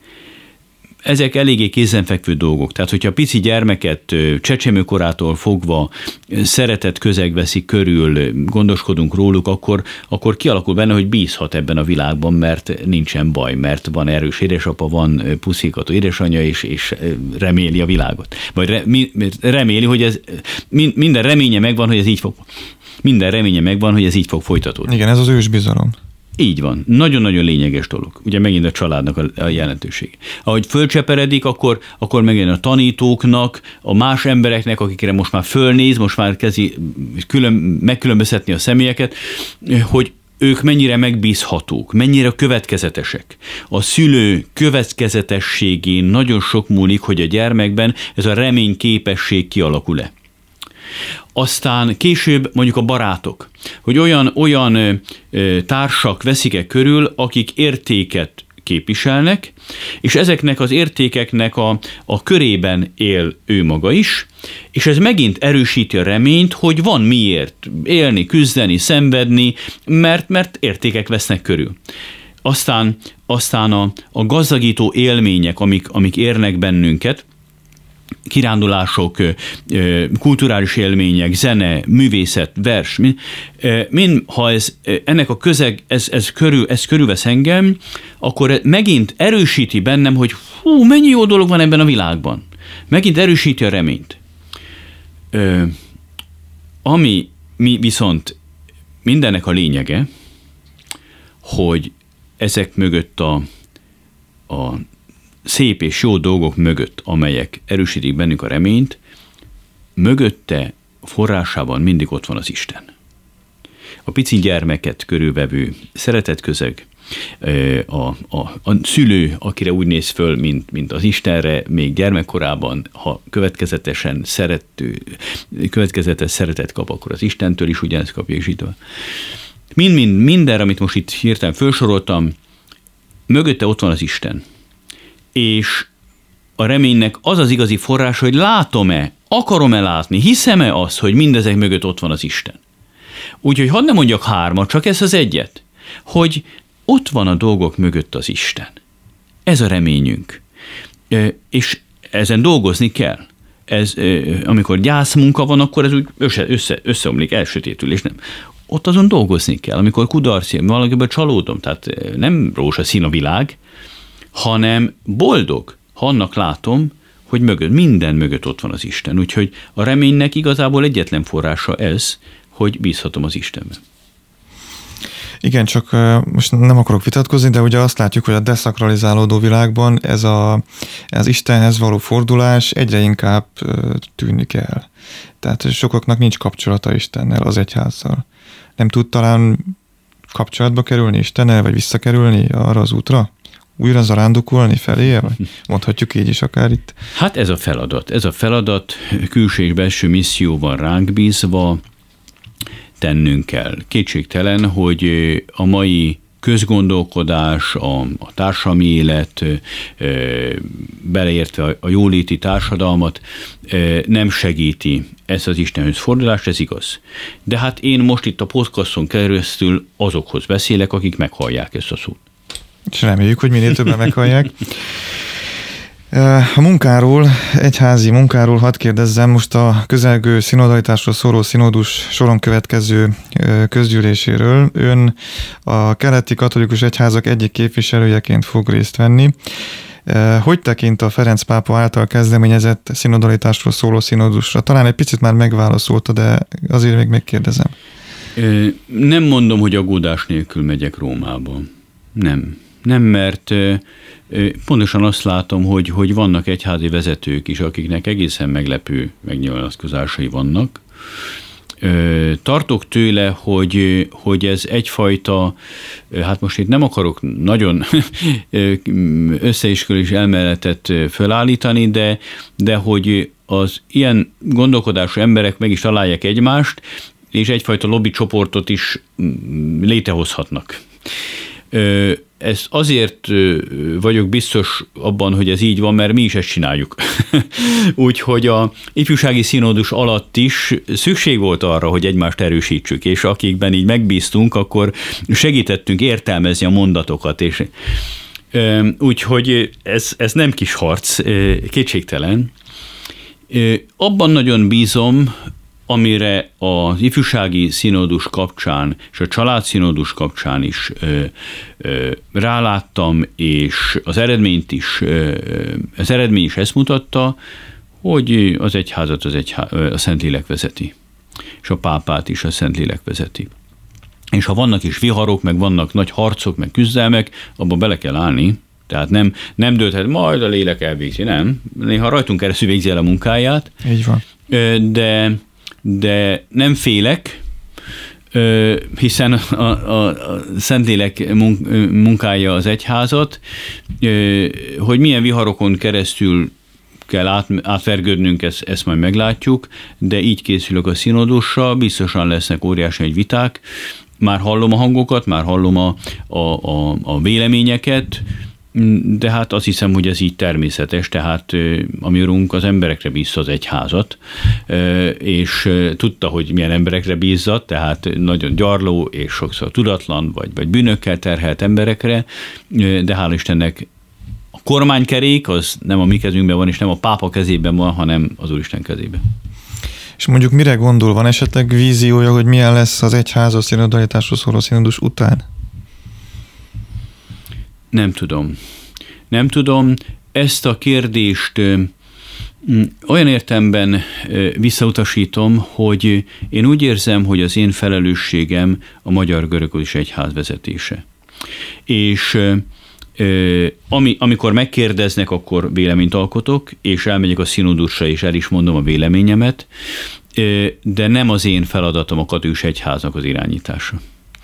Ezek eléggé kézenfekvő dolgok. Tehát, hogyha pici gyermeket csecsemőkorától fogva szeretett közeg veszik körül, gondoskodunk róluk, akkor, akkor kialakul benne, hogy bízhat ebben a világban, mert nincsen baj, mert van erős édesapa, van puszikató édesanyja, és, és reméli a világot. Vagy reméli, hogy ez minden reménye megvan, hogy ez így fog minden reménye megvan, hogy ez így fog folytatódni. Igen, ez az ősbizalom. Így van. Nagyon-nagyon lényeges dolog. Ugye megint a családnak a, a jelentőség. Ahogy fölcseperedik, akkor, akkor megint a tanítóknak, a más embereknek, akikre most már fölnéz, most már kezdi külön, megkülönböztetni a személyeket, hogy ők mennyire megbízhatók, mennyire következetesek. A szülő következetességén nagyon sok múlik, hogy a gyermekben ez a reményképesség kialakul-e. Aztán később mondjuk a barátok, hogy olyan, olyan társak veszik-e körül, akik értéket képviselnek, és ezeknek az értékeknek a, a körében él ő maga is, és ez megint erősíti a reményt, hogy van miért élni, küzdeni, szenvedni, mert, mert értékek vesznek körül. Aztán, aztán a, a gazdagító élmények, amik, amik érnek bennünket, kirándulások, kulturális élmények, zene, művészet, vers, mind, mind ha ez, ennek a közeg, ez, ez, körül, ez körülvesz engem, akkor megint erősíti bennem, hogy hú, mennyi jó dolog van ebben a világban. Megint erősíti a reményt. Ö, ami mi viszont mindennek a lényege, hogy ezek mögött a, a szép és jó dolgok mögött, amelyek erősítik bennünk a reményt, mögötte forrásában mindig ott van az Isten. A pici gyermeket körülvevő szeretetközeg, a, a, a szülő, akire úgy néz föl, mint, mint az Istenre, még gyermekkorában, ha következetesen szerető, következetes szeretet kap, akkor az Istentől is ugyanezt kapja, és így tovább. Mind, mind, minden, amit most itt hirtelen felsoroltam, mögötte ott van az Isten. És a reménynek az az igazi forrás, hogy látom-e, akarom-e látni, hiszem-e azt, hogy mindezek mögött ott van az Isten. Úgyhogy hadd ne mondjak hármat, csak ez az egyet, hogy ott van a dolgok mögött az Isten. Ez a reményünk. És ezen dolgozni kell. Ez, amikor gyászmunka van, akkor ez úgy össze, össze, összeomlik, elsötétül, és nem. Ott azon dolgozni kell. Amikor kudarc, valakiben csalódom, tehát nem rózsaszín a világ, hanem boldog, ha annak látom, hogy mögött, minden mögött ott van az Isten. Úgyhogy a reménynek igazából egyetlen forrása ez, hogy bízhatom az Istenben. Igen, csak most nem akarok vitatkozni, de ugye azt látjuk, hogy a deszakralizálódó világban ez a, az Istenhez való fordulás egyre inkább tűnik el. Tehát sokaknak nincs kapcsolata Istennel, az egyházzal. Nem tud talán kapcsolatba kerülni Istennel, vagy visszakerülni arra az útra? Újra zarándokolni feléje, vagy mondhatjuk így is akár itt? Hát ez a feladat. Ez a feladat külső és belső misszióban ránk bízva tennünk kell. Kétségtelen, hogy a mai közgondolkodás, a, a társadalmi élet, beleértve a jóléti társadalmat nem segíti ezt az Istenhöz fordulást, ez igaz. De hát én most itt a podcaston keresztül azokhoz beszélek, akik meghallják ezt a szót. És reméljük, hogy minél többen meghallják. A munkáról, egyházi munkáról hadd kérdezzem, most a közelgő szinodalitásról szóló szinódus soron következő közgyűléséről. Ön a keleti katolikus egyházak egyik képviselőjeként fog részt venni. Hogy tekint a Ferenc pápa által kezdeményezett szinodalitásról szóló szinódusra? Talán egy picit már megválaszolta, de azért még megkérdezem. Nem mondom, hogy aggódás nélkül megyek Rómába. Nem. Nem, mert pontosan azt látom, hogy, hogy vannak egyházi vezetők is, akiknek egészen meglepő megnyilatkozásai vannak. Tartok tőle, hogy, hogy ez egyfajta, hát most itt nem akarok nagyon összeiskölés elméletet felállítani, de, de hogy az ilyen gondolkodású emberek meg is találják egymást, és egyfajta lobby csoportot is létrehozhatnak. Ezt azért vagyok biztos abban, hogy ez így van, mert mi is ezt csináljuk. Úgyhogy a ifjúsági színódus alatt is szükség volt arra, hogy egymást erősítsük, és akikben így megbíztunk, akkor segítettünk értelmezni a mondatokat. És, úgyhogy ez, ez nem kis harc, kétségtelen. Abban nagyon bízom, amire az ifjúsági színódus kapcsán és a családszínódus kapcsán is ö, ö, ráláttam, és az eredményt is, ö, az eredmény is ezt mutatta, hogy az egyházat az egyház, a Szentlélek vezeti, és a pápát is a Szentlélek vezeti. És ha vannak is viharok, meg vannak nagy harcok, meg küzdelmek, abba bele kell állni, tehát nem, nem dőlhet, majd a lélek elvégzi, nem. Néha rajtunk keresztül végzi el a munkáját. Így van. De de nem félek, hiszen a, a, a Szentlélek munkája az egyházat, hogy milyen viharokon keresztül kell át, átvergődnünk, ezt, ezt majd meglátjuk, de így készülök a színodusra, biztosan lesznek óriási egy viták, már hallom a hangokat, már hallom a, a, a, a véleményeket, de hát azt hiszem, hogy ez így természetes, tehát a mi Urunk az emberekre bízza az egyházat, és tudta, hogy milyen emberekre bízzat, tehát nagyon gyarló és sokszor tudatlan, vagy, vagy bűnökkel terhelt emberekre, de hál' Istennek a a kormánykerék az nem a mi kezünkben van, és nem a pápa kezében van, hanem az Úristen kezében. És mondjuk mire gondol? Van esetleg víziója, hogy milyen lesz az egyházas szinodalitásról szóló szinodus után? Nem tudom. Nem tudom. Ezt a kérdést olyan értelemben visszautasítom, hogy én úgy érzem, hogy az én felelősségem a Magyar Görögkatolikus Egyház vezetése. És ami, amikor megkérdeznek, akkor véleményt alkotok, és elmegyek a színodusra, és el is mondom a véleményemet, de nem az én feladatom a katolikus egyháznak az irányítása.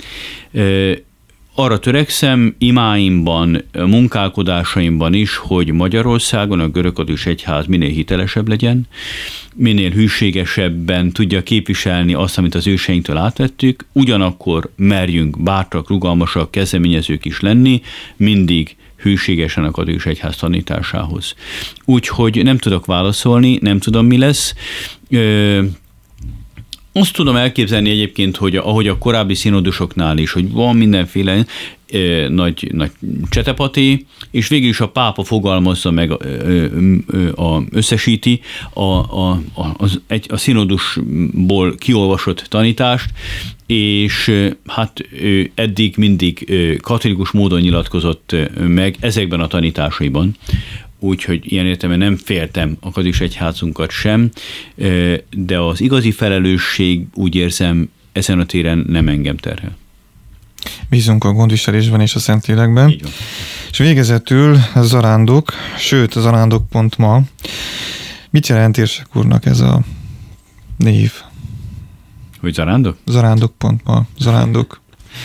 Arra törekszem imáimban, munkálkodásaimban is, hogy Magyarországon a görögkatolikus egyház minél hitelesebb legyen, minél hűségesebben tudja képviselni azt, amit az őseinktől átvettük, ugyanakkor merjünk bátrak, rugalmasak, kezdeményezők is lenni, mindig hűségesen a katolikus egyház tanításához. Úgyhogy nem tudok válaszolni, nem tudom, mi lesz. Ö, Azt tudom elképzelni egyébként, hogy ahogy a korábbi színodusoknál is, hogy van mindenféle ö, nagy, nagy csetepati, és végül is a pápa fogalmazza meg, ö, ö, ö, összesíti a, a, a, az, egy, a színodusból kiolvasott tanítást, és hát ő eddig mindig katolikus módon nyilatkozott meg ezekben a tanításaiban. Úgyhogy ilyen értelemben nem féltem a katolikus egyházunkat sem, de az igazi felelősség, úgy érzem, ezen a téren nem engem terhel. Bízunk a gondviselésben és a Szentlélekben. Így van. És végezetül zarándok, sőt zarándok pont ma. Mit jelent Érsek úrnak ez a név? Hogy zarándok? Zarándok pont ma. Zarándok.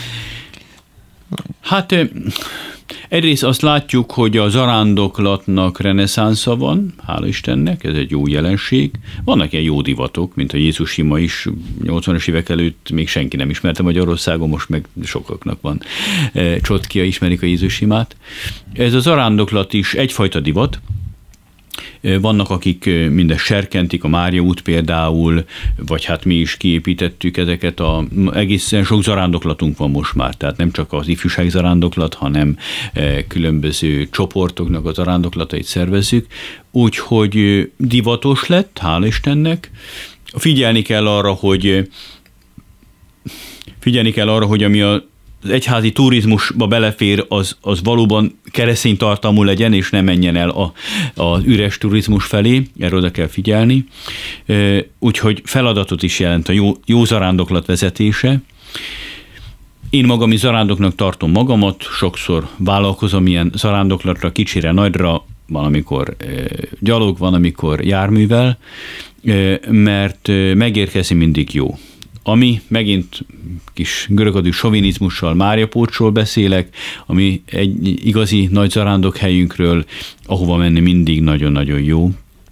Hát egyrészt azt látjuk, hogy a zarándoklatnak reneszánsza van, hála Istennek, ez egy jó jelenség. Vannak ilyen jó divatok, mint a Jézus ima is, nyolcvanas évek előtt még senki nem ismerte Magyarországon, most meg sokaknak van csotkia, ismerik a Jézus imát. Ez a zarándoklat is egyfajta divat. Vannak, akik mindezt serkentik, a Mária út például, vagy hát mi is kiépítettük ezeket, a, egészen sok zarándoklatunk van most már, tehát nem csak az ifjúság zarándoklat, hanem különböző csoportoknak a zarándoklatait szervezzük, úgyhogy divatos lett, hála Istennek. Figyelni kell arra, hogy figyelni kell arra, hogy ami a az egyházi turizmusba belefér, az, az valóban keresztény tartalmú legyen, és ne menjen el a, az üres turizmus felé, erre oda kell figyelni. Úgyhogy feladatot is jelent a jó, jó zarándoklat vezetése. Én magam is zarándoknak tartom magamat, sokszor vállalkozom ilyen zarándoklatra, kicsire, nagyra, van, amikor gyalog, van, amikor járművel, mert megérkezni mindig jó. Ami megint kis görögkatolikus sovinizmussal, Máriapócsról beszélek, ami egy igazi nagy zarándok helyünkről, ahova menni mindig nagyon-nagyon jó.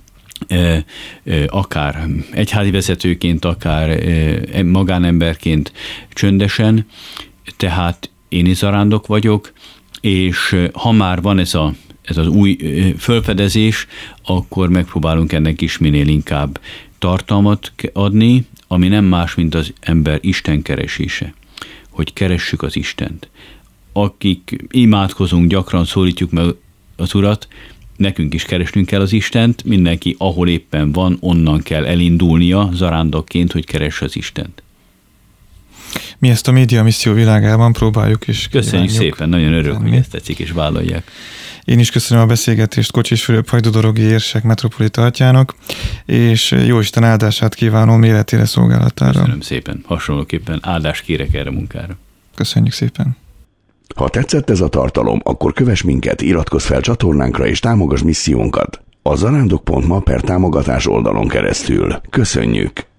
Akár egyházi vezetőként, akár magánemberként csöndesen, tehát én is zarándok vagyok, és ha már van ez, a, ez az új felfedezés, akkor megpróbálunk ennek is minél inkább tartalmat adni, ami nem más, mint az ember Isten keresése, hogy keressük az Istent. Akik imádkozunk, gyakran szólítjuk meg az Urat, nekünk is keresnünk kell az Istent, mindenki, ahol éppen van, onnan kell elindulnia zarándokként, hogy keresse az Istent. Mi ezt a média misszió világában próbáljuk is. Köszönjük szépen, nagyon örülök, hogy ezt tetszik és vállalják. Én is köszönöm a beszélgetést Kocsis Fülöp hajdúdorogi érsek metropolita atyának, és Jóisten áldását kívánom életére, szolgálatára. Köszönöm szépen, hasonlóképpen áldást kérek erre a munkára. Köszönjük szépen. Ha tetszett ez a tartalom, akkor kövess minket, iratkozz fel csatornánkra és támogass missziónkat. A zarándok pont ma per támogatás oldalon keresztül. Köszönjük!